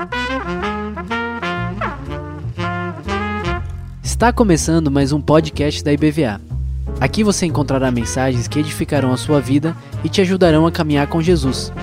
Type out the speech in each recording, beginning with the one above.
Está começando mais um podcast da IBVA. Aqui você encontrará mensagens que edificarão a sua vida e te ajudarão a caminhar com Jesus.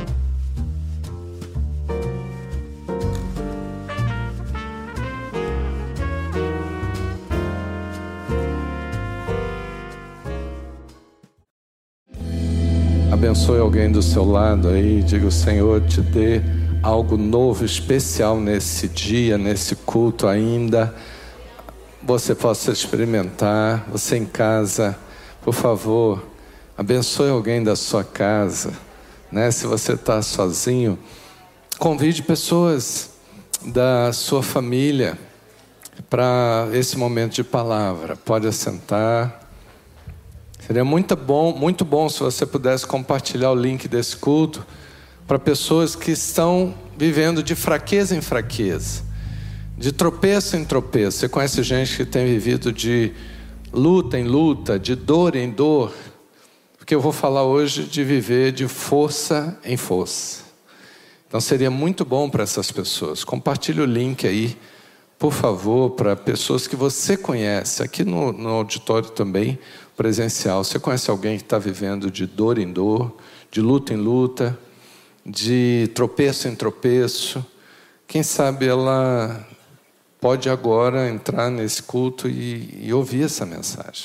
Abençoe alguém do seu lado aí, diga: o Senhor te dê algo novo, especial nesse dia, nesse culto ainda. Você possa experimentar, você em casa, por favor, abençoe alguém da sua casa, né? Se você está sozinho, convide pessoas da sua família para esse momento de palavra. Pode assentar. Seria muito bom se você pudesse compartilhar o link desse culto para pessoas que estão vivendo de fraqueza em fraqueza, de tropeço em tropeço. Você conhece gente que tem vivido de luta em luta, de dor em dor? Porque eu vou falar hoje de viver de força em força. Então seria muito bom para essas pessoas. Compartilhe o link aí, por favor, para pessoas que você conhece. Aqui no auditório também, presencial. Você conhece alguém que está vivendo de dor em dor, de luta em luta, de tropeço em tropeço? Quem sabe ela pode agora entrar nesse culto e ouvir essa mensagem.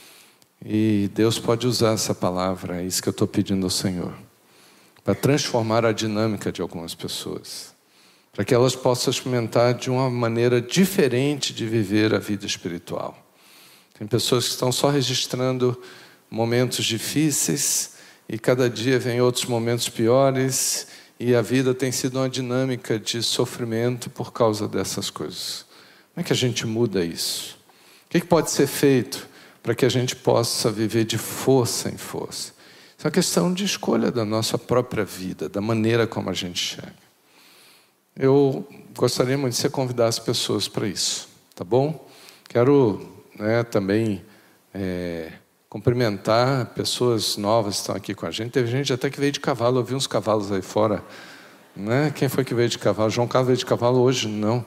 E Deus pode usar essa palavra, é isso que eu estou pedindo ao Senhor, para transformar a dinâmica de algumas pessoas, para que elas possam experimentar de uma maneira diferente de viver a vida espiritual. Tem pessoas que estão só registrando momentos difíceis e cada dia vem outros momentos piores, e a vida tem sido uma dinâmica de sofrimento por causa dessas coisas. Como é que a gente muda isso? O que pode ser feito para que a gente possa viver de força em força? Isso é uma questão de escolha da nossa própria vida, da maneira como a gente chega. Eu gostaria muito de você convidar as pessoas para isso, tá bom? Quero também cumprimentar pessoas novas que estão aqui com a gente. Teve gente até que veio de cavalo, eu vi uns cavalos aí fora, né? Quem foi que veio de cavalo? João Carlos veio de cavalo hoje? Não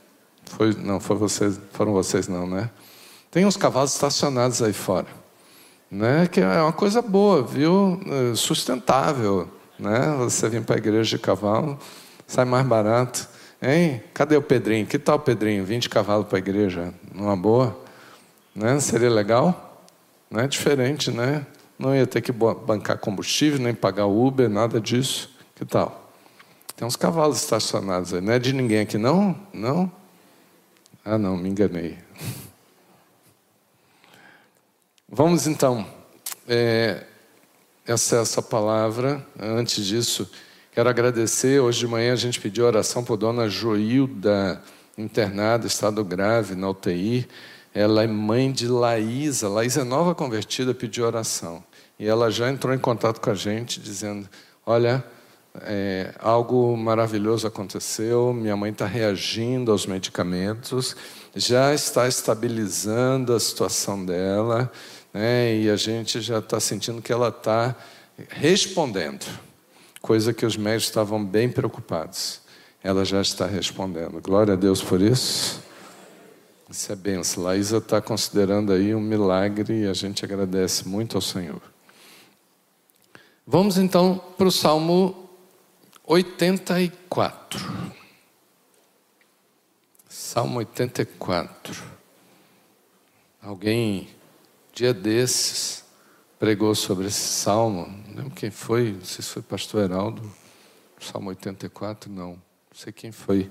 foi vocês, foram vocês não, né? Tem uns cavalos estacionados aí fora, né? Que é uma coisa boa, viu? Sustentável, né? Você vir para a igreja de cavalo, sai mais barato, hein? Cadê o Pedrinho? Que tal o Pedrinho? 20 cavalos para a igreja, numa boa? Né? Seria legal? Não é diferente, né? Não ia ter que bancar combustível, nem pagar Uber, nada disso. Que tal? Tem uns cavalos estacionados aí. Não é de ninguém aqui, não? Não? Ah, não, me enganei. Vamos então essa palavra. Antes disso, quero agradecer. Hoje de manhã a gente pediu oração por dona Joilda, internada, estado grave na UTI. Ela é mãe de Laísa. Laísa é nova convertida, pediu oração. E ela já entrou em contato com a gente, dizendo: olha, algo maravilhoso aconteceu, minha mãe está reagindo aos medicamentos, já está estabilizando a situação dela, né, e a gente já está sentindo que ela está respondendo, coisa que os médicos estavam bem preocupados. Ela já está respondendo. Glória a Deus por isso. Isso é bênção. Laísa está considerando aí um milagre e a gente agradece muito ao Senhor. Vamos então para o Salmo 84. Salmo 84. Alguém, dia desses, pregou sobre esse salmo. Não lembro quem foi, não sei se foi o pastor Heraldo. Salmo 84, não sei quem foi.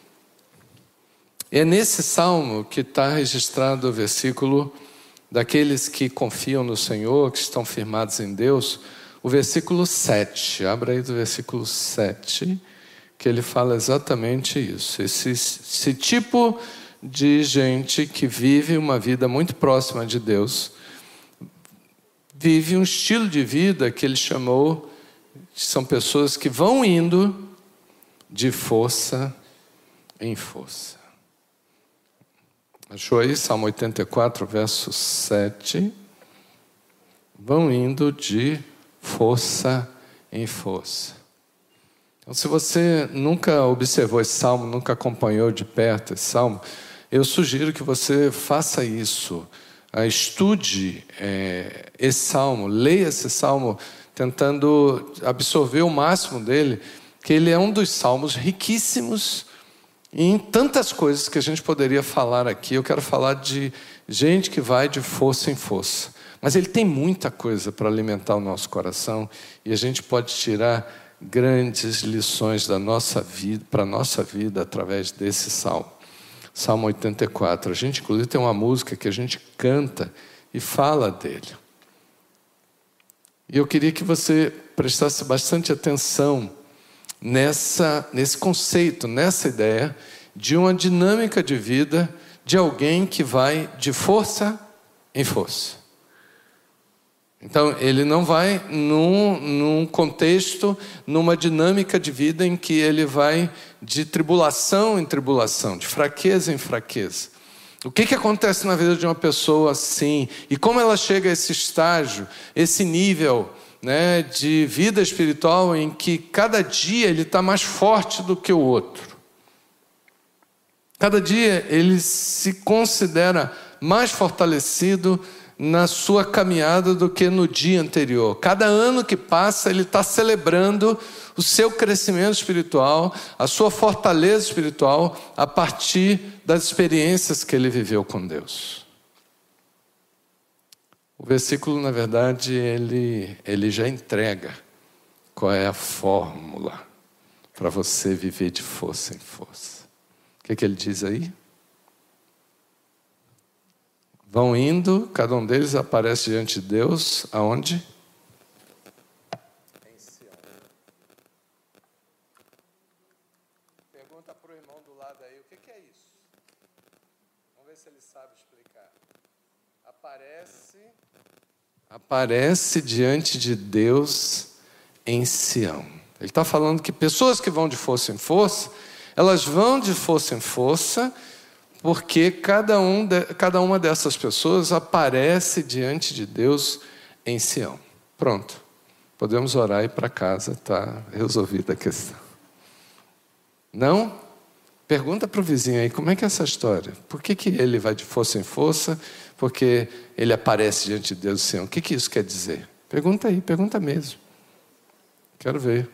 É nesse salmo que está registrado o versículo daqueles que confiam no Senhor, que estão firmados em Deus, o versículo 7. Abra aí do versículo 7, que ele fala exatamente isso. Esse tipo de gente que vive uma vida muito próxima de Deus, vive um estilo de vida que ele chamou, são pessoas que vão indo de força em força. Achou aí? Salmo 84, verso 7. Vão indo de força em força. Então, se você nunca observou esse salmo, nunca acompanhou de perto esse salmo, eu sugiro que você faça isso. Estude esse salmo, leia esse salmo, tentando absorver o máximo dele, que ele é um dos salmos riquíssimos em tantas coisas que a gente poderia falar aqui. Eu quero falar de gente que vai de força em força. Mas ele tem muita coisa para alimentar o nosso coração e a gente pode tirar grandes lições da nossa vida, para a nossa vida através desse salmo. Salmo 84. A gente, inclusive, tem uma música que a gente canta e fala dele. E eu queria que você prestasse bastante atenção nesse conceito, nessa ideia de uma dinâmica de vida de alguém que vai de força em força. Então, ele não vai num contexto, numa dinâmica de vida em que ele vai de tribulação em tribulação, de fraqueza em fraqueza. O que acontece na vida de uma pessoa assim? E como ela chega a esse estágio, esse nível, né, de vida espiritual em que cada dia ele está mais forte do que o outro. Cada dia ele se considera mais fortalecido na sua caminhada do que no dia anterior. Cada ano que passa, ele está celebrando o seu crescimento espiritual, a sua fortaleza espiritual, a partir das experiências que ele viveu com Deus. O versículo, na verdade, ele já entrega qual é a fórmula para você viver de força em força. O que ele diz aí? Vão indo, cada um deles aparece diante de Deus, aonde? Em Sião. Pergunta para o irmão do lado aí, o que é isso? Vamos ver se ele sabe explicar. Aparece diante de Deus em Sião. Ele está falando que pessoas que vão de força em força, elas vão de força em força, porque cada uma dessas pessoas aparece diante de Deus em Sião. Pronto. Podemos orar e ir para casa, está resolvida a questão. Não? Pergunta para o vizinho aí, como é que é essa história? Por que ele vai de força em força? Porque ele aparece diante de Deus em Sião. O que isso quer dizer? Pergunta aí, pergunta mesmo. Quero ver.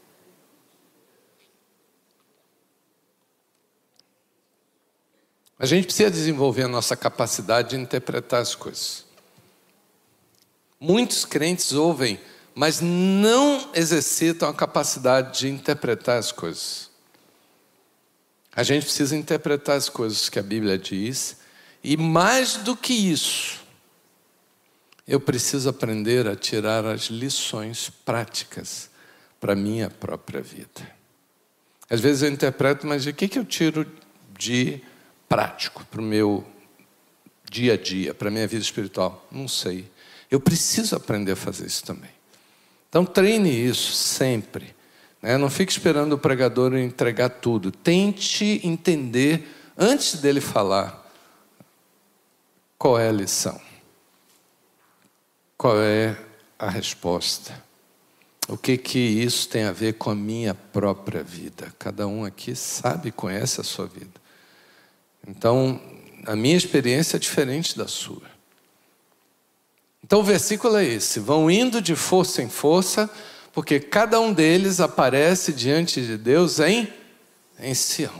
A gente precisa desenvolver a nossa capacidade de interpretar as coisas. Muitos crentes ouvem, mas não exercitam a capacidade de interpretar as coisas. A gente precisa interpretar as coisas que a Bíblia diz, e mais do que isso, eu preciso aprender a tirar as lições práticas para a minha própria vida. Às vezes eu interpreto, mas o que eu tiro de prático para o meu dia a dia, para a minha vida espiritual? Não sei. Eu preciso aprender a fazer isso também. Então treine isso sempre, né? Não fique esperando o pregador entregar tudo. Tente entender, antes dele falar, qual é a lição, qual é a resposta, o que isso tem a ver com a minha própria vida. Cada um aqui sabe, conhece a sua vida. Então, a minha experiência é diferente da sua. Então, o versículo é esse: vão indo de força em força, porque cada um deles aparece diante de Deus em Sião.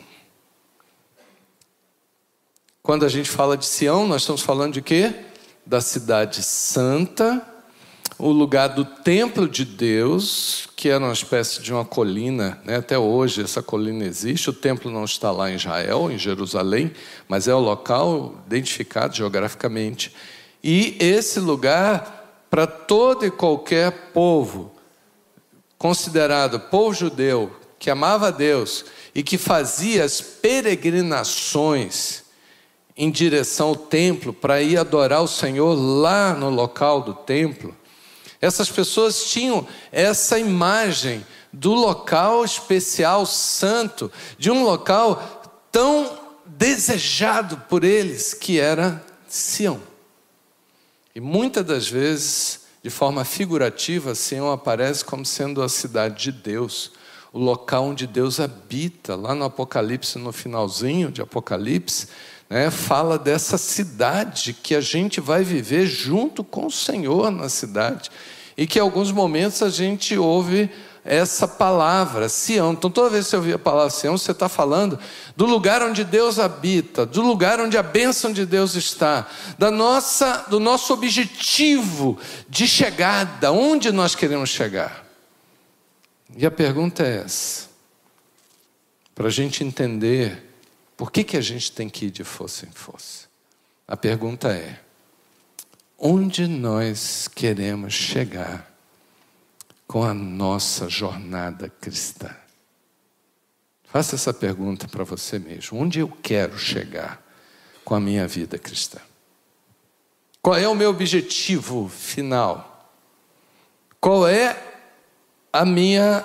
Quando a gente fala de Sião, nós estamos falando de quê? Da cidade santa, o lugar do templo de Deus, que era uma espécie de uma colina, né? Até hoje essa colina existe. O templo não está lá em Israel, em Jerusalém, mas é o local identificado geograficamente. E esse lugar, para todo e qualquer povo, considerado povo judeu, que amava a Deus e que fazia as peregrinações em direção ao templo para ir adorar o Senhor lá no local do templo, essas pessoas tinham essa imagem do local especial, santo, de um local tão desejado por eles, que era Sião. E muitas das vezes, de forma figurativa, Sião aparece como sendo a cidade de Deus, o local onde Deus habita. Lá no Apocalipse, no finalzinho de Apocalipse, né, fala dessa cidade que a gente vai viver junto com o Senhor na cidade. E que em alguns momentos a gente ouve essa palavra, Sião. Então toda vez que você ouvir a palavra Sião, você está falando do lugar onde Deus habita, do lugar onde a bênção de Deus está, do nosso objetivo de chegada, onde nós queremos chegar. E a pergunta é essa, para a gente entender por que a gente tem que ir de força em força. A pergunta é: onde nós queremos chegar com a nossa jornada cristã? Faça essa pergunta para você mesmo. Onde eu quero chegar com a minha vida cristã? Qual é o meu objetivo final? Qual é a minha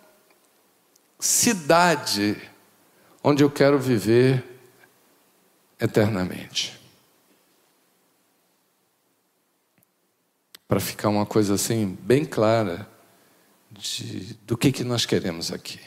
cidade onde eu quero viver eternamente? Para ficar uma coisa assim bem clara do que nós queremos aqui.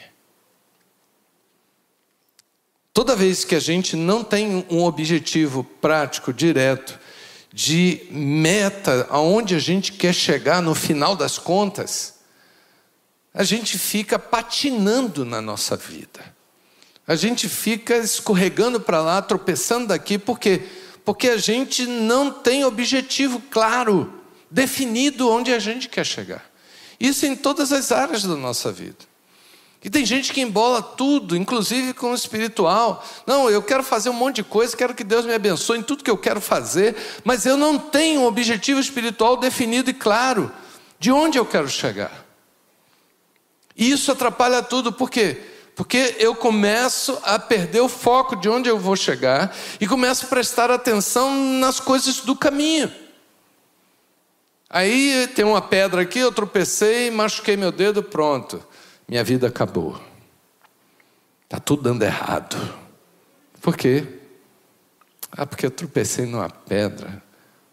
Toda vez que a gente não tem um objetivo prático, direto, de meta, aonde a gente quer chegar no final das contas, a gente fica patinando na nossa vida. A gente fica escorregando para lá, tropeçando daqui. Por quê? Porque a gente não tem objetivo claro, definido onde a gente quer chegar. Isso em todas as áreas da nossa vida. E tem gente que embola tudo, inclusive com o espiritual. Não, eu quero fazer um monte de coisa, quero que Deus me abençoe em tudo que eu quero fazer, mas eu não tenho um objetivo espiritual definido e claro de onde eu quero chegar. E isso atrapalha tudo. Por quê? Porque eu começo a perder o foco de onde eu vou chegar e começo a prestar atenção nas coisas do caminho. Aí tem uma pedra aqui, eu tropecei, machuquei meu dedo, pronto. Minha vida acabou. Está tudo dando errado. Por quê? Porque eu tropecei numa pedra.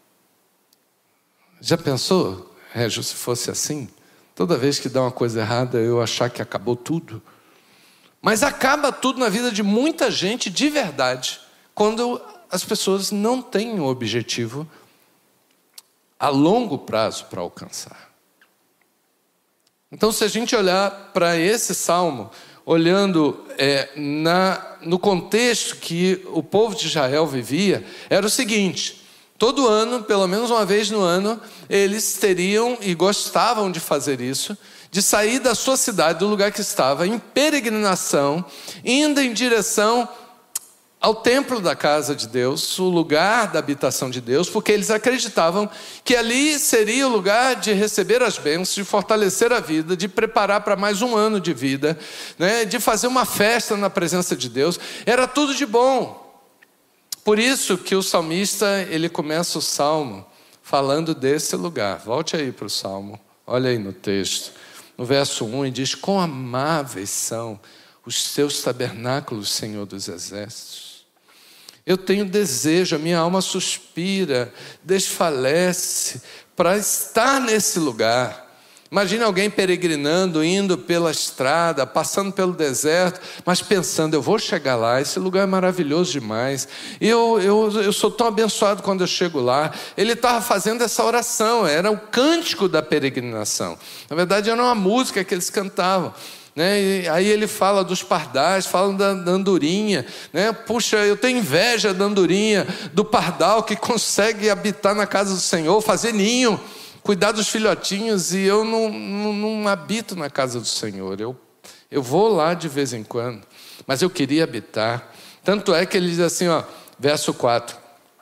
Já pensou, Régio, se fosse assim? Toda vez que dá uma coisa errada, eu achar que acabou tudo. Mas acaba tudo na vida de muita gente, de verdade, quando as pessoas não têm um objetivo a longo prazo para alcançar. Então, se a gente olhar para esse salmo, olhando no contexto que o povo de Israel vivia, era o seguinte: todo ano, pelo menos uma vez no ano, eles teriam e gostavam de fazer isso, de sair da sua cidade, do lugar que estava, em peregrinação, indo em direção ao templo da casa de Deus, o lugar da habitação de Deus, porque eles acreditavam que ali seria o lugar de receber as bênçãos, de fortalecer a vida, de preparar para mais um ano de vida, né, de fazer uma festa na presença de Deus. Era tudo de bom. Por isso que o salmista, ele começa o salmo falando desse lugar. Volte aí para o salmo, olha aí no texto, no verso 1, e diz: quão amáveis são os teus tabernáculos, Senhor dos exércitos. Eu tenho desejo, a minha alma suspira, desfalece para estar nesse lugar. Imagina alguém peregrinando, indo pela estrada, passando pelo deserto, mas pensando: eu vou chegar lá, esse lugar é maravilhoso demais. Eu sou tão abençoado quando eu chego lá. Ele estava fazendo essa oração, era o cântico da peregrinação. Na verdade, era uma música que eles cantavam. E aí ele fala dos pardais, fala da andorinha, né? Puxa, eu tenho inveja da andorinha, do pardal que consegue habitar na casa do Senhor, fazer ninho, cuidar dos filhotinhos, e eu não habito na casa do Senhor. Eu vou lá de vez em quando, mas eu queria habitar. Tanto é que ele diz assim, verso 4: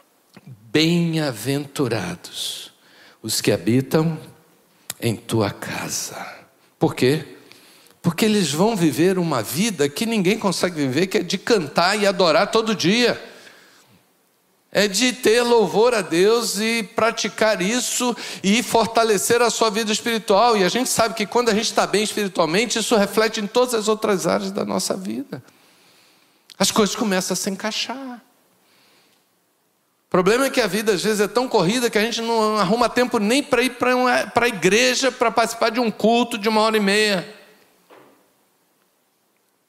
bem-aventurados os que habitam em tua casa. Por quê? Porque eles vão viver uma vida que ninguém consegue viver, que é de cantar e adorar todo dia. É de ter louvor a Deus e praticar isso e fortalecer a sua vida espiritual. E a gente sabe que quando a gente está bem espiritualmente, isso reflete em todas as outras áreas da nossa vida. As coisas começam a se encaixar. O problema é que a vida às vezes é tão corrida que a gente não arruma tempo nem para ir para a igreja, para participar de um culto de 1h30.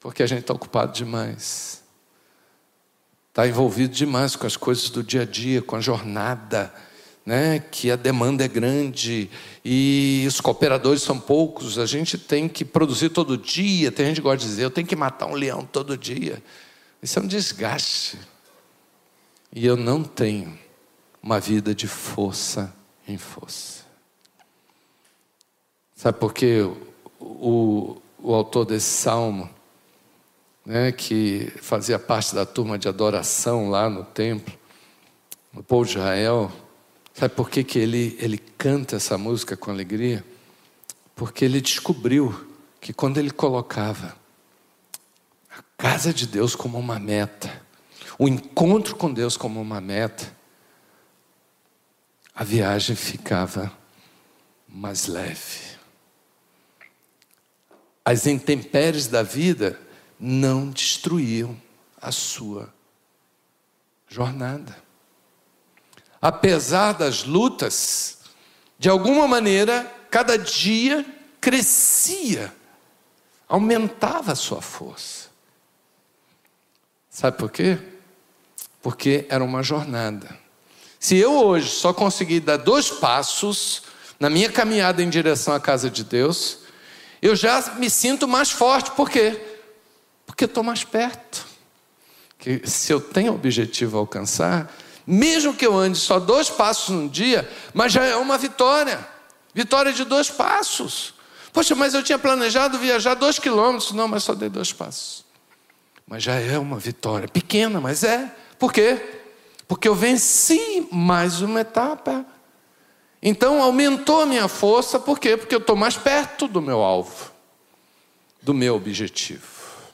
Porque a gente está ocupado demais. Está envolvido demais com as coisas do dia a dia, com a jornada, né? Que a demanda é grande e os cooperadores são poucos. A gente tem que produzir todo dia. Tem gente que gosta de dizer, eu tenho que matar um leão todo dia. Isso é um desgaste. E eu não tenho uma vida de força em força. Sabe por quê? O autor desse salmo, né, que fazia parte da turma de adoração lá no templo, o povo de Israel, sabe por que ele canta essa música com alegria? Porque ele descobriu que quando ele colocava a casa de Deus como uma meta, o encontro com Deus como uma meta, a viagem ficava mais leve. As intempéries da vida não destruíam a sua jornada. Apesar das lutas, de alguma maneira, cada dia crescia, aumentava a sua força. Sabe por quê? Porque era uma jornada. Se eu hoje só conseguir dar 2 passos na minha caminhada em direção à casa de Deus, eu já me sinto mais forte. Por quê? Porque eu estou mais perto. Que se eu tenho objetivo a alcançar, mesmo que eu ande só 2 passos no dia, mas já é uma vitória. Vitória de 2 passos. Poxa, mas eu tinha planejado viajar 2 quilômetros. Não, mas só dei 2 passos. Mas já é uma vitória. Pequena, mas é. Por quê? Porque eu venci mais uma etapa. Então aumentou a minha força. Por quê? Porque eu estou mais perto do meu alvo, do meu objetivo.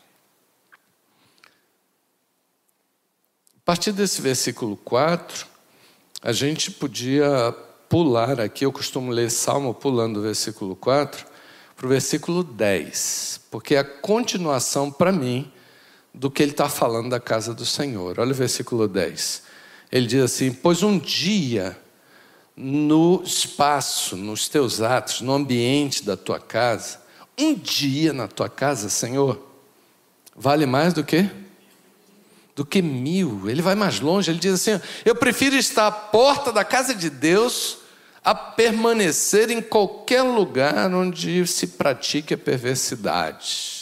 A partir desse versículo 4, a gente podia pular aqui. Eu costumo ler Salmo pulando do versículo 4 para o versículo 10, porque é a continuação para mim do que ele está falando da casa do Senhor. Olha o versículo 10. Ele diz assim: pois um dia no espaço, nos teus atos, no ambiente da tua casa, um dia na tua casa, Senhor, vale mais do que 1000. Ele vai mais longe, ele diz assim: eu prefiro estar à porta da casa de Deus a permanecer em qualquer lugar onde se pratique a perversidade.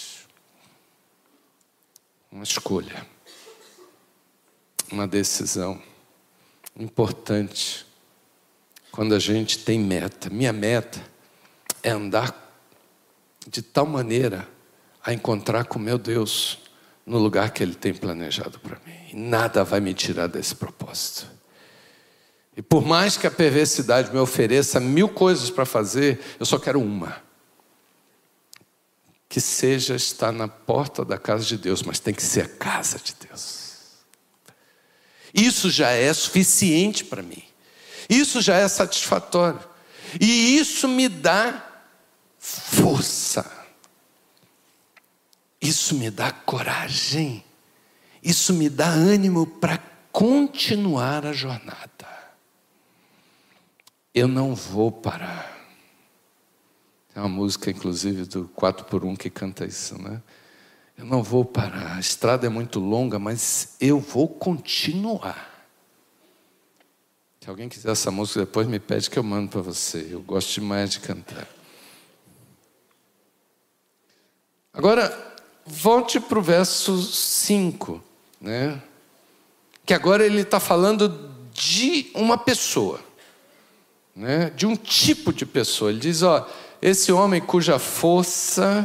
Uma escolha, uma decisão importante quando a gente tem meta. Minha meta é andar de tal maneira a encontrar com meu Deus no lugar que Ele tem planejado para mim. E nada vai me tirar desse propósito. E por mais que a perversidade me ofereça 1000 coisas para fazer, eu só quero uma. Que seja estar na porta da casa de Deus, mas tem que ser a casa de Deus. Isso já é suficiente para mim. Isso já é satisfatório. E isso me dá força. Isso me dá coragem. Isso me dá ânimo para continuar a jornada. Eu não vou parar. Tem uma música, inclusive, do 4x1 que canta isso, né? Eu não vou parar. A estrada é muito longa, mas eu vou continuar. Se alguém quiser essa música, depois me pede que eu mando para você. Eu gosto demais de cantar. Agora, volte para o verso 5, né? Que agora ele está falando de uma pessoa, né? De um tipo de pessoa. Ele diz, ó, esse homem cuja força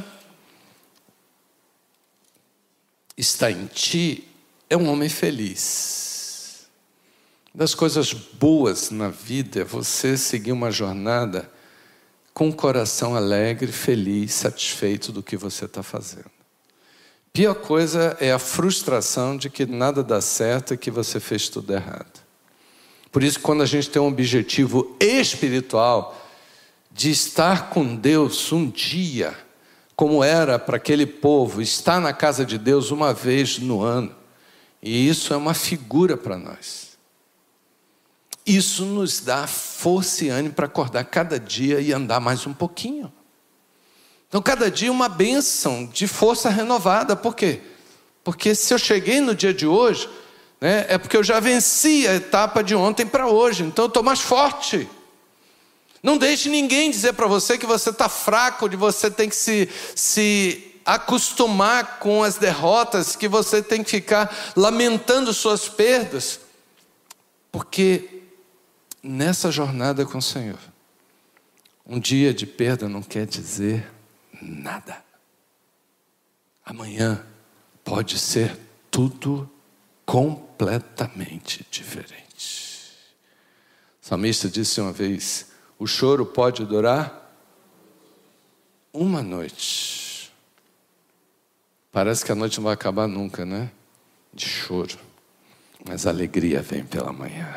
está em ti é um homem feliz. Das coisas boas na vida é você seguir uma jornada com o coração alegre, feliz, satisfeito do que você está fazendo. Pior coisa é a frustração de que nada dá certo e que você fez tudo errado. Por isso, quando a gente tem um objetivo espiritual de estar com Deus um dia, como era para aquele povo, estar na casa de Deus uma vez no ano, e isso é uma figura para nós. Isso nos dá força e ânimo para acordar cada dia e andar mais um pouquinho. Então, cada dia uma bênção de força renovada. Por quê? Porque se eu cheguei no dia de hoje, né, é porque eu já venci a etapa de ontem para hoje. Então, eu estou mais forte. Não deixe ninguém dizer para você que você está fraco, de você tem que se acostumar com as derrotas, que você tem que ficar lamentando suas perdas. Porque nessa jornada com o Senhor, um dia de perda não quer dizer nada. Amanhã pode ser tudo completamente diferente. O salmista disse uma vez: o choro pode durar uma noite. Parece que a noite não vai acabar nunca, né? De choro. Mas a alegria vem pela manhã.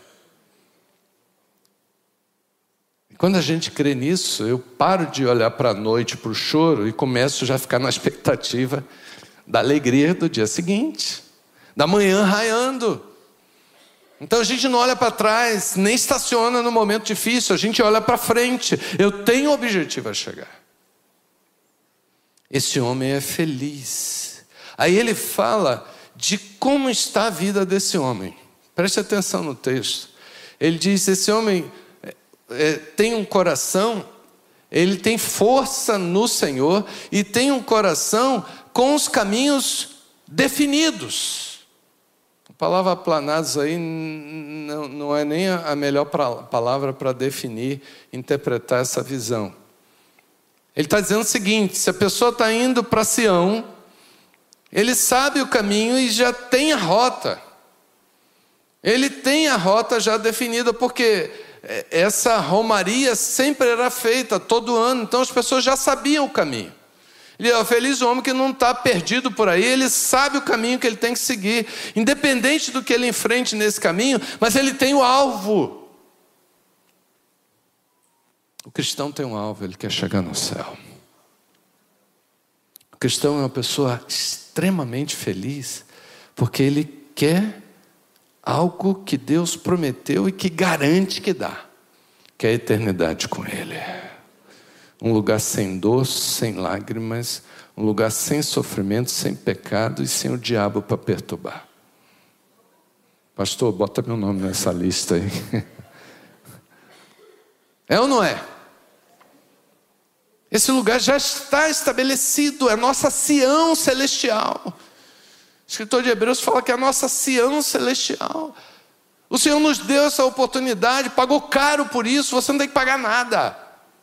E quando a gente crê nisso, eu paro de olhar para a noite, para o choro, e começo já a ficar na expectativa da alegria do dia seguinte, da manhã raiando. Então a gente não olha para trás, nem estaciona no momento difícil, a gente olha para frente. Eu tenho objetivo a chegar. Esse homem é feliz. Aí ele fala de como está a vida desse homem. Preste atenção no texto. Ele diz: esse homem tem um coração, ele tem força no Senhor e tem um coração com os caminhos definidos. A palavra aplanados aí não é nem a melhor palavra para definir, interpretar essa visão. Ele está dizendo o seguinte: se a pessoa está indo para Sião, ele sabe o caminho e já tem a rota. Ele tem a rota já definida, porque essa romaria sempre era feita todo ano, então as pessoas já sabiam o caminho. Ele é feliz o homem que não está perdido por aí, ele sabe o caminho que ele tem que seguir, independente do que ele enfrente nesse caminho, mas ele tem o alvo. O cristão tem um alvo, ele quer chegar no céu. O cristão é uma pessoa extremamente feliz, porque ele quer algo que Deus prometeu e que garante que dá, que é a eternidade com Ele. Um lugar sem dor, sem lágrimas, um lugar sem sofrimento, sem pecado e sem o diabo para perturbar. Pastor, bota meu nome nessa lista aí. É ou não é? Esse lugar já está estabelecido, é a nossa Sião celestial. O escritor de Hebreus fala que é a nossa Sião celestial. O Senhor nos deu essa oportunidade, pagou caro por isso, você não tem que pagar nada.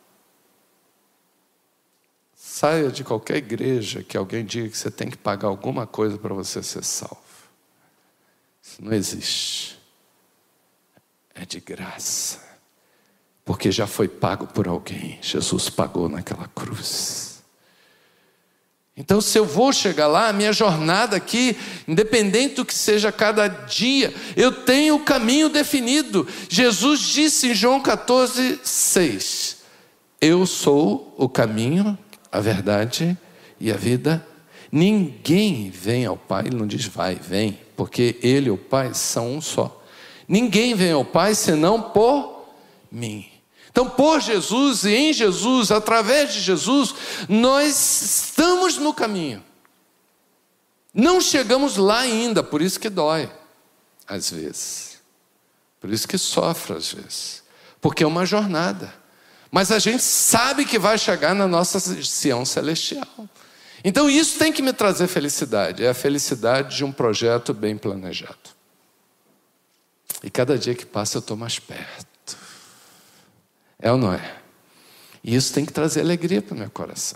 Saia de qualquer igreja que alguém diga que você tem que pagar alguma coisa para você ser salvo. Isso não existe. É de graça. Porque já foi pago por alguém. Jesus pagou naquela cruz. Então, se eu vou chegar lá, a minha jornada aqui, independente do que seja cada dia, eu tenho o caminho definido. Jesus disse em João 14:6: eu sou o caminho, a verdade e a vida. Ninguém vem ao Pai, ele não diz vai, vem, porque ele e o Pai são um só. Ninguém vem ao Pai senão por mim. Então, por Jesus e em Jesus, através de Jesus, nós estamos no caminho. Não chegamos lá ainda, por isso que dói, às vezes. Por isso que sofre, às vezes. Porque é uma jornada. Mas a gente sabe que vai chegar na nossa Sião celestial. Então, isso tem que me trazer felicidade. É a felicidade de um projeto bem planejado. E cada dia que passa, eu estou mais perto. É ou não é? E isso tem que trazer alegria para o meu coração.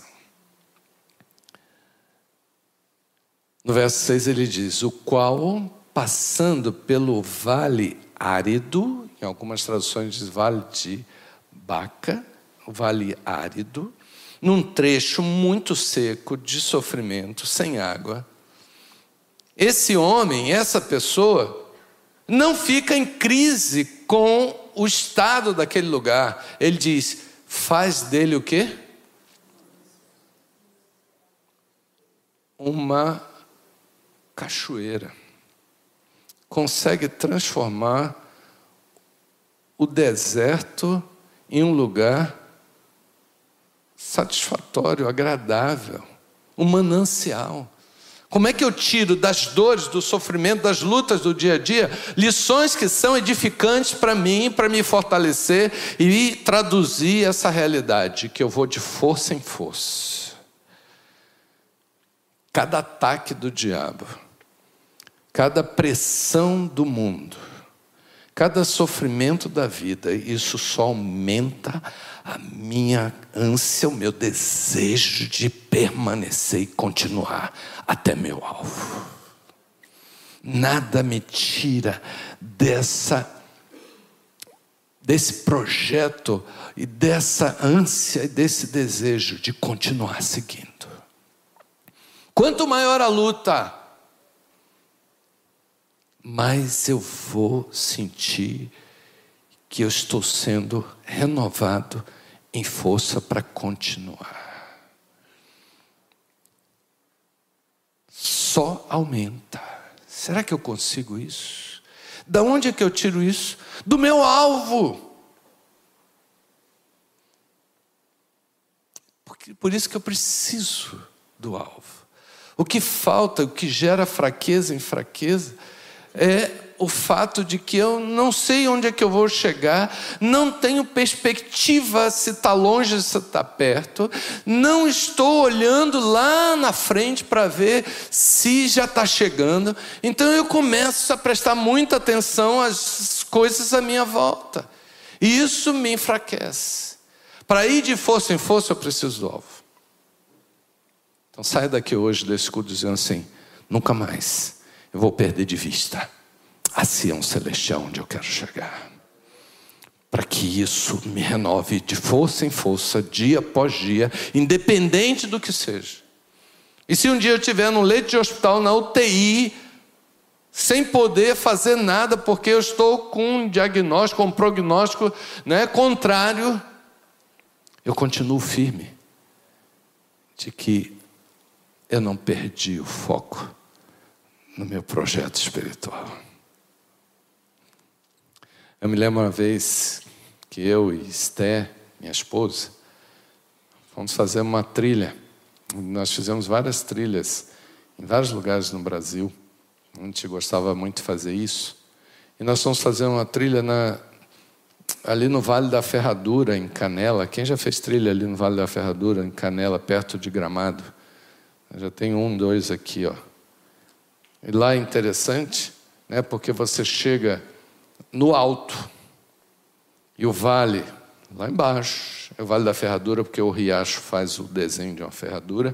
No verso 6 ele diz: o qual, passando pelo vale árido, em algumas traduções diz vale de Baca, o vale árido, num trecho muito seco, de sofrimento, sem água, esse homem, essa pessoa, não fica em crise com o estado daquele lugar. Ele diz: faz dele o quê? Uma cachoeira. Consegue transformar o deserto em um lugar satisfatório, agradável, um manancial. Como é que eu tiro das dores, do sofrimento, das lutas do dia a dia, lições que são edificantes para mim, para me fortalecer e traduzir essa realidade, que eu vou de força em força. Cada ataque do diabo, cada pressão do mundo, cada sofrimento da vida, isso só aumenta a minha ânsia, o meu desejo de permanecer e continuar até meu alvo. Nada me tira desse projeto e dessa ânsia e desse desejo de continuar seguindo. Quanto maior a luta, mais eu vou sentir que eu estou sendo renovado em força para continuar. Só aumenta. Será que eu consigo isso? Da onde é que eu tiro isso? Do meu alvo. Por isso que eu preciso do alvo. O que falta, o que gera fraqueza em fraqueza, é o fato de que eu não sei onde é que eu vou chegar, não tenho perspectiva se está longe, se está perto, não estou olhando lá na frente para ver se já está chegando. Então eu começo a prestar muita atenção às coisas à minha volta. E isso me enfraquece. Para ir de força em força eu preciso do alvo. Então saia daqui hoje desse culto dizendo assim: nunca mais eu vou perder de vista a Sião Celestial onde eu quero chegar. Para que isso me renove de força em força, dia após dia, independente do que seja. E se um dia eu estiver no leito de hospital, na UTI, sem poder fazer nada, porque eu estou com um diagnóstico, um prognóstico, contrário, eu continuo firme de que eu não perdi o foco no meu projeto espiritual. Eu me lembro uma vez que eu e Esther, minha esposa, fomos fazer uma trilha. Nós fizemos várias trilhas em vários lugares no Brasil. A gente gostava muito de fazer isso. E nós fomos fazer uma trilha ali no Vale da Ferradura, em Canela. Quem já fez trilha ali no Vale da Ferradura, em Canela, perto de Gramado? Eu já tenho 2 aqui, ó. E lá é interessante, porque você chega no alto e o vale lá embaixo. É o Vale da Ferradura, porque o riacho faz o desenho de uma ferradura.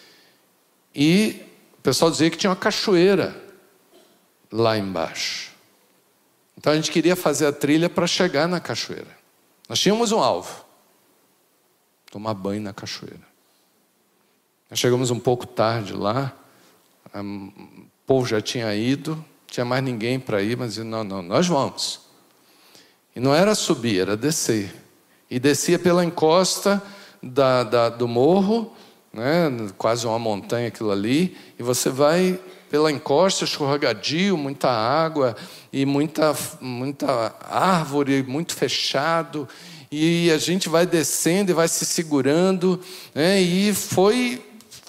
E o pessoal dizia que tinha uma cachoeira lá embaixo. Então a gente queria fazer a trilha para chegar na cachoeira. Nós tínhamos um alvo: tomar banho na cachoeira. Nós chegamos um pouco tarde lá, o povo já tinha ido, não tinha mais ninguém para ir, mas não, nós vamos. E não era subir, era descer. E descia pela encosta do morro, quase uma montanha aquilo ali, e você vai pela encosta, escorregadio, muita água e muita árvore, muito fechado, e a gente vai descendo e vai se segurando, e foi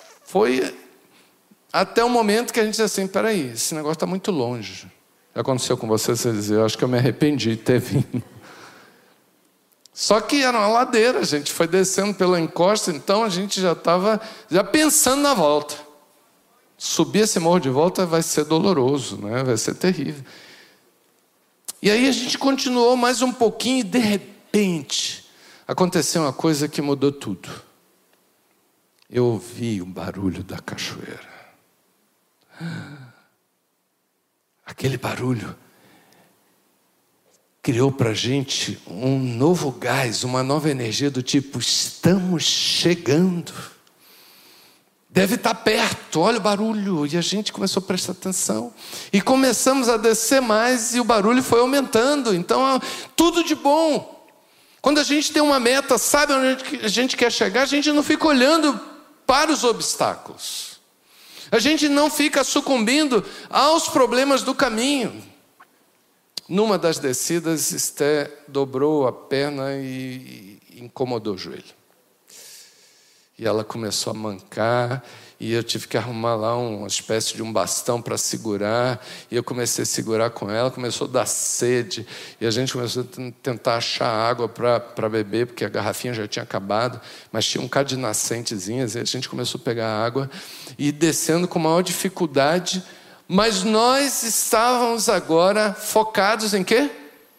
até o momento que a gente diz assim: peraí, esse negócio está muito longe. Já aconteceu com você dizer: eu acho que eu me arrependi de ter vindo. Só que era uma ladeira, a gente foi descendo pela encosta, então a gente já estava pensando na volta. Subir esse morro de volta vai ser doloroso, vai ser terrível. E aí a gente continuou mais um pouquinho e de repente aconteceu uma coisa que mudou tudo. Eu ouvi o barulho da cachoeira. Aquele barulho criou para a gente um novo gás, uma nova energia do tipo: estamos chegando. Deve estar perto, olha o barulho. E a gente começou a prestar atenção. E começamos a descer mais e o barulho foi aumentando. Então, tudo de bom. Quando a gente tem uma meta, sabe onde a gente quer chegar, a gente não fica olhando para os obstáculos. A gente não fica sucumbindo aos problemas do caminho. Numa das descidas, Esther dobrou a perna e incomodou o joelho. E ela começou a mancar, e eu tive que arrumar lá uma espécie de um bastão para segurar, e eu comecei a segurar com ela, começou a dar sede, e a gente começou a tentar achar água para beber, porque a garrafinha já tinha acabado, mas tinha um bocado de nascentezinhas, e a gente começou a pegar água, e descendo com maior dificuldade, mas nós estávamos agora focados em quê?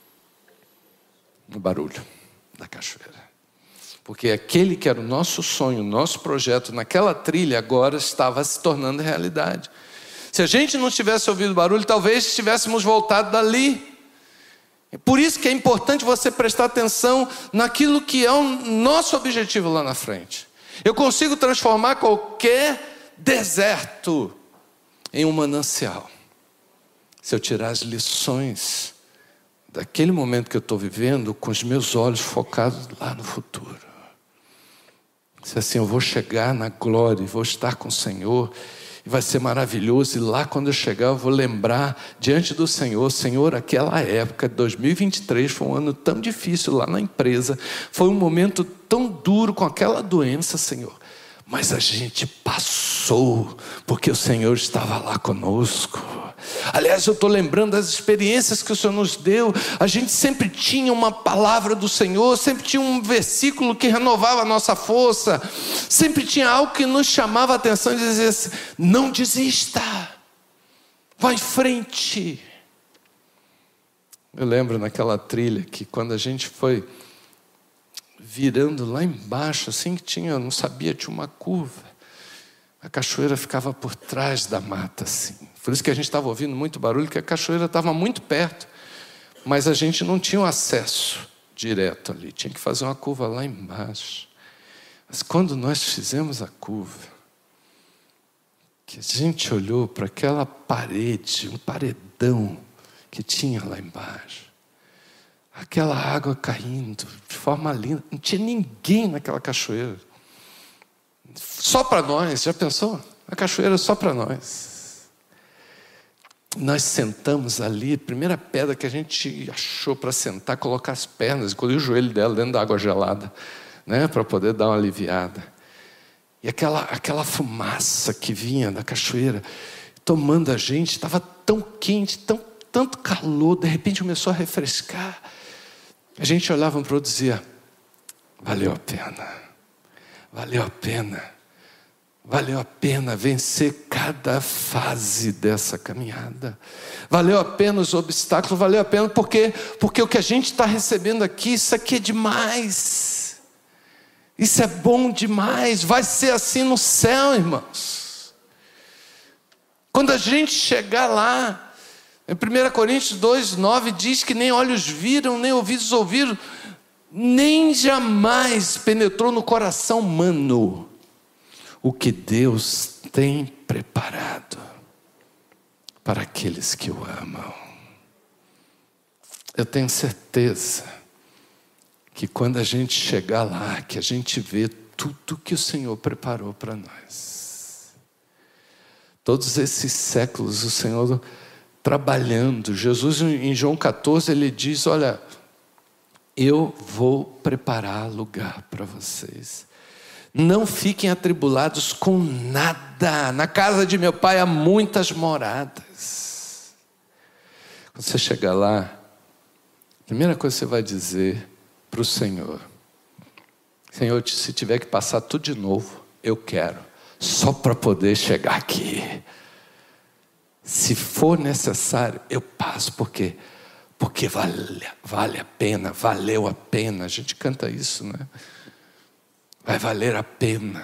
No barulho da cachoeira. Porque aquele que era o nosso sonho, o nosso projeto naquela trilha agora estava se tornando realidade. Se a gente não tivesse ouvido o barulho, talvez tivéssemos voltado dali. Por isso que é importante você prestar atenção naquilo que é o nosso objetivo lá na frente. Eu consigo transformar qualquer deserto em um manancial. Se eu tirar as lições daquele momento que eu estou vivendo com os meus olhos focados lá no futuro. Se assim, eu vou chegar na glória, vou estar com o Senhor, e vai ser maravilhoso, e lá quando eu chegar eu vou lembrar diante do Senhor, Senhor, aquela época, 2023, foi um ano tão difícil lá na empresa, foi um momento tão duro com aquela doença, Senhor, mas a gente passou, porque o Senhor estava lá conosco. Aliás, eu estou lembrando das experiências que o Senhor nos deu. A gente sempre tinha uma palavra do Senhor, sempre tinha um versículo que renovava a nossa força, sempre tinha algo que nos chamava a atenção e dizia assim, não desista, vai em frente. Eu lembro naquela trilha que quando a gente foi virando lá embaixo, assim que tinha, eu não sabia, tinha uma curva. A cachoeira ficava por trás da mata, assim. Por isso que a gente estava ouvindo muito barulho, porque a cachoeira estava muito perto. Mas a gente não tinha um acesso direto ali. Tinha que fazer uma curva lá embaixo. Mas quando nós fizemos a curva, que a gente olhou para aquela parede, um paredão que tinha lá embaixo. Aquela água caindo de forma linda. Não tinha ninguém naquela cachoeira. Só para nós, já pensou? A cachoeira só para nós. Nós sentamos ali, a primeira pedra que a gente achou para sentar, colocar as pernas, colhi o joelho dela dentro da água gelada, né, para poder dar uma aliviada. E aquela fumaça que vinha da cachoeira, tomando a gente, estava tão quente, tanto calor, de repente começou a refrescar. A gente olhava para o outro e dizia, valeu a pena. Valeu a pena. Valeu a pena vencer cada fase dessa caminhada. Valeu a pena os obstáculos, valeu a pena porque o que a gente está recebendo aqui, isso aqui é demais. Isso é bom demais. Vai ser assim no céu, irmãos. Quando a gente chegar lá, em 1 Coríntios 2:9 diz que nem olhos viram, nem ouvidos ouviram, nem jamais penetrou no coração humano o que Deus tem preparado para aqueles que o amam. Eu tenho certeza que quando a gente chegar lá, que a gente vê tudo que o Senhor preparou para nós. Todos esses séculos o Senhor trabalhando. Jesus em João 14 ele diz, olha, eu vou preparar lugar para vocês. Não fiquem atribulados com nada. Na casa de meu pai há muitas moradas. Quando você chegar lá, a primeira coisa que você vai dizer para o Senhor, Senhor, se tiver que passar tudo de novo, eu quero, só para poder chegar aqui. Se for necessário, eu passo, porque vale a pena, valeu a pena. A gente canta isso, né? Vai valer a pena.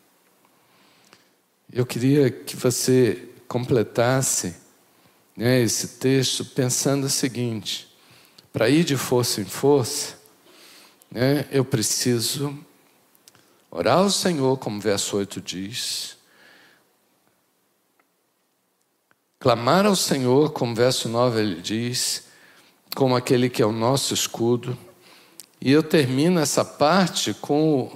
Eu queria que você completasse, né, esse texto pensando o seguinte, para ir de força em força, né, eu preciso orar ao Senhor, como verso 8 diz, clamar ao Senhor, como verso 9 ele diz, como aquele que é o nosso escudo. E eu termino essa parte com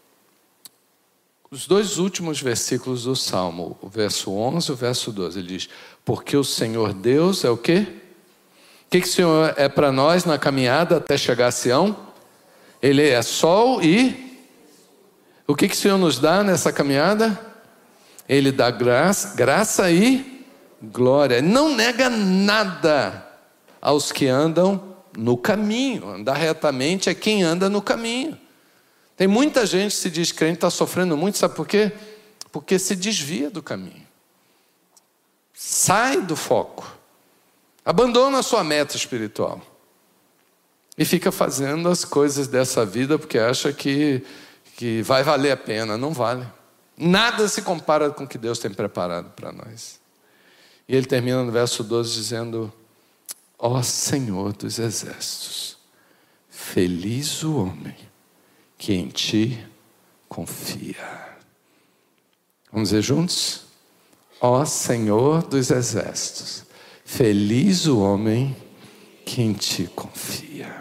os dois últimos versículos do Salmo, o verso 11 e o verso 12. Ele diz, porque o Senhor Deus é o quê? O que o Senhor é para nós na caminhada até chegar a Sião? Ele é sol e... O que o Senhor nos dá nessa caminhada? Ele dá graça e glória. Não nega nada aos que andam no caminho. Andar retamente é quem anda no caminho. Tem muita gente que se diz crente, está sofrendo muito, sabe por quê? Porque se desvia do caminho. Sai do foco. Abandona a sua meta espiritual. E fica fazendo as coisas dessa vida porque acha que vai valer a pena. Não vale. Nada se compara com o que Deus tem preparado para nós. E ele termina no verso 12 dizendo: ó Senhor dos exércitos, feliz o homem que em ti confia. Vamos dizer juntos? Ó Senhor dos exércitos, feliz o homem que em ti confia.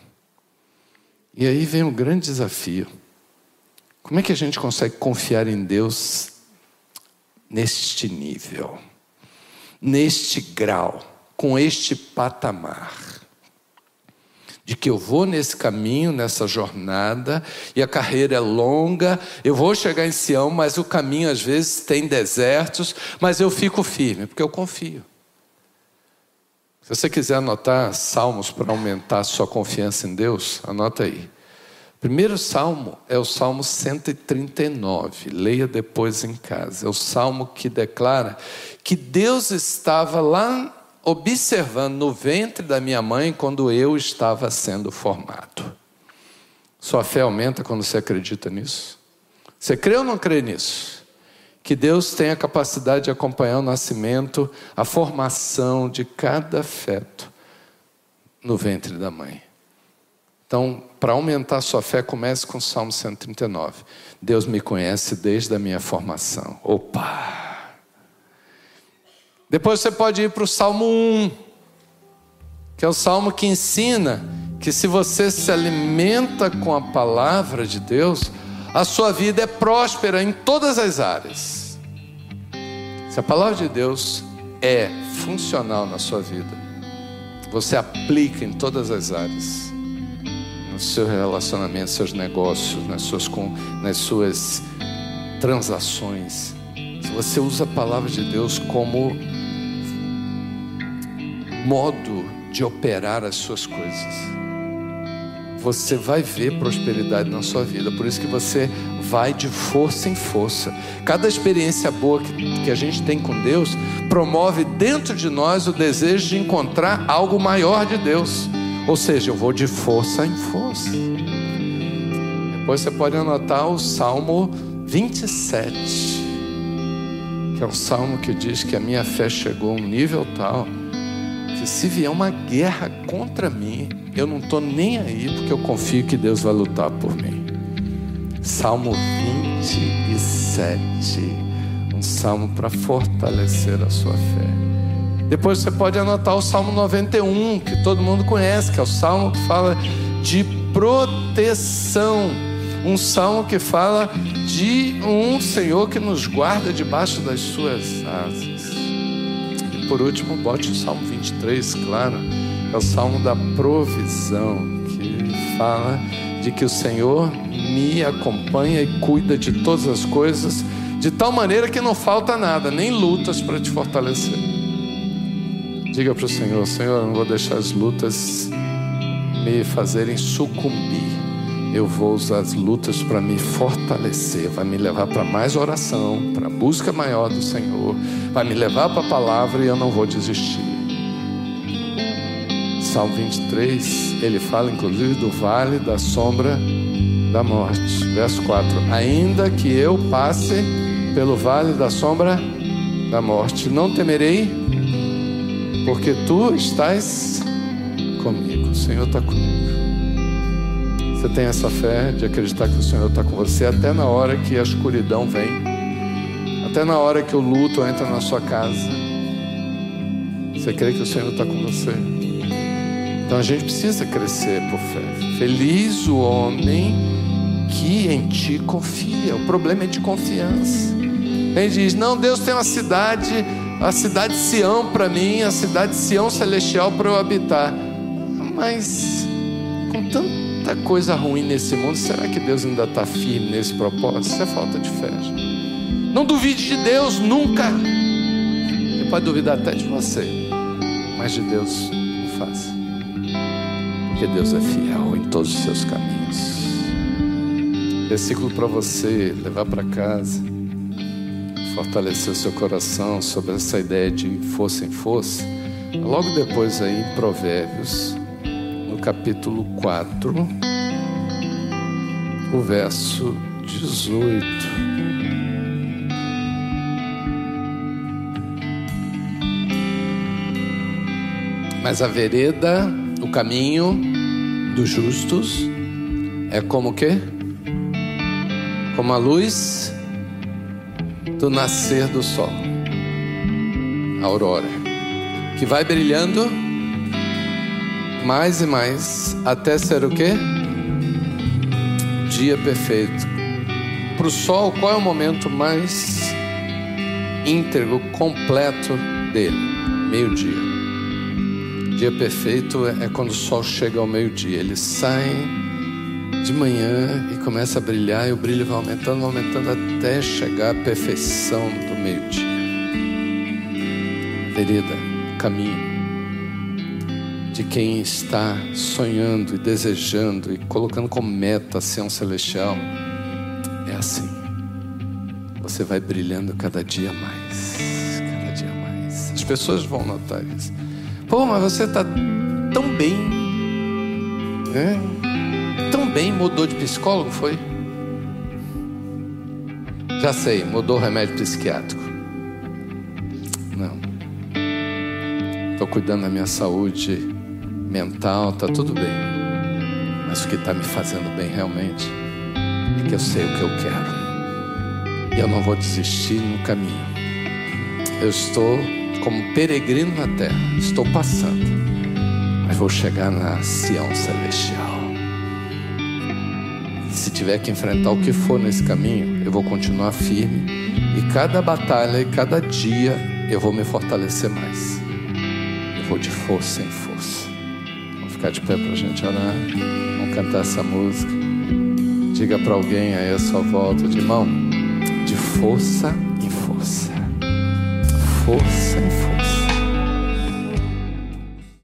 E aí vem um grande desafio. Como é que a gente consegue confiar em Deus neste nível, neste grau, com este patamar? De que eu vou nesse caminho, nessa jornada, e a carreira é longa, eu vou chegar em Sião, mas o caminho às vezes tem desertos, mas eu fico firme, porque eu confio. Se você quiser anotar salmos para aumentar a sua confiança em Deus, anota aí. O primeiro salmo é o Salmo 139, leia depois em casa. É o salmo que declara que Deus estava lá observando no ventre da minha mãe quando eu estava sendo formado. Sua fé aumenta quando você acredita nisso? Você crê ou não crê nisso? Que Deus tem a capacidade de acompanhar o nascimento, a formação de cada feto no ventre da mãe. Então, para aumentar a sua fé, comece com o Salmo 139. Deus me conhece desde a minha formação. Opa! Depois você pode ir para o Salmo 1, que é o salmo que ensina que se você se alimenta com a palavra de Deus, a sua vida é próspera em todas as áreas. Se a palavra de Deus é funcional na sua vida, você aplica em todas as áreas. No seu relacionamento, seus negócios, nas suas transações. Se você usa a palavra de Deus como modo de operar as suas coisas, você vai ver prosperidade na sua vida. Por isso que você vai de força em força. Cada experiência boa que a gente tem com Deus promove dentro de nós o desejo de encontrar algo maior de Deus. Ou seja, eu vou de força em força. Depois você pode anotar o Salmo 27, que é um salmo que diz que a minha fé chegou a um nível tal que se vier uma guerra contra mim, eu não estou nem aí, porque eu confio que Deus vai lutar por mim. Salmo 27, um salmo para fortalecer a sua fé. Depois você pode anotar o Salmo 91, que todo mundo conhece, que é o salmo que fala de proteção. Um salmo que fala de um Senhor que nos guarda debaixo das suas asas. E por último, bote o Salmo 23, claro. É o salmo da provisão, que fala de que o Senhor me acompanha e cuida de todas as coisas, de tal maneira que não falta nada, nem lutas para te fortalecer. Diga para o Senhor: Senhor, eu não vou deixar as lutas me fazerem sucumbir. Eu vou usar as lutas para me fortalecer. Vai me levar para mais oração, para a busca maior do Senhor. Vai me levar para a palavra e eu não vou desistir. Salmo 23, ele fala inclusive do vale da sombra da morte. Verso 4. Ainda que eu passe pelo vale da sombra da morte, não temerei, porque tu estás comigo. O Senhor está comigo. Você tem essa fé de acreditar que o Senhor está com você até na hora que a escuridão vem, até na hora que o luto entra na sua casa. Você crê que o Senhor está com você? Então a gente precisa crescer por fé. Feliz o homem que em ti confia. O problema é de confiança. Ele diz: não, Deus tem uma cidade, a cidade de Sião para mim, a cidade de Sião celestial para eu habitar. Mas com tanta coisa ruim nesse mundo. Será que Deus ainda está firme nesse propósito? Isso é falta de fé. Não duvide de Deus nunca. Você pode duvidar até de você, mas de Deus não faça, porque Deus é fiel em todos os seus caminhos. Versículo para você levar para casa, fortalecer o seu coração sobre essa ideia de força em força. Logo depois aí em Provérbios, no capítulo 4, o verso 18. Mas a vereda, o caminho dos justos é como o quê? Como a luz do nascer do sol, a aurora, que vai brilhando mais e mais até ser o quê? Dia perfeito. Para o sol, qual é o momento mais íntegro, completo dele? Meio-dia. Dia perfeito é quando o sol chega ao meio-dia. Ele sai de manhã e começa a brilhar, e o brilho vai aumentando até chegar à perfeição do meio-dia. Vereda, caminho de quem está sonhando e desejando e colocando como meta ser um celestial. É assim. Você vai brilhando cada dia mais, cada dia mais. As pessoas vão notar isso. Pô, mas você está tão bem, né? Tão bem, mudou de psicólogo, foi? Já sei, mudou o remédio psiquiátrico. Não. Estou cuidando da minha saúde mental, tá tudo bem. Mas o que está me fazendo bem realmente é que eu sei o que eu quero. E eu não vou desistir no caminho. Eu estou como peregrino na terra, estou passando, mas vou chegar na Sião celestial. Se tiver que enfrentar o que for nesse caminho, eu vou continuar firme, e cada batalha e cada dia eu vou me fortalecer mais. Eu vou de força em força. Vamos ficar de pé para a gente orar. Vamos cantar essa música. Diga para alguém aí à sua volta, de irmão, de força em força. Força em força.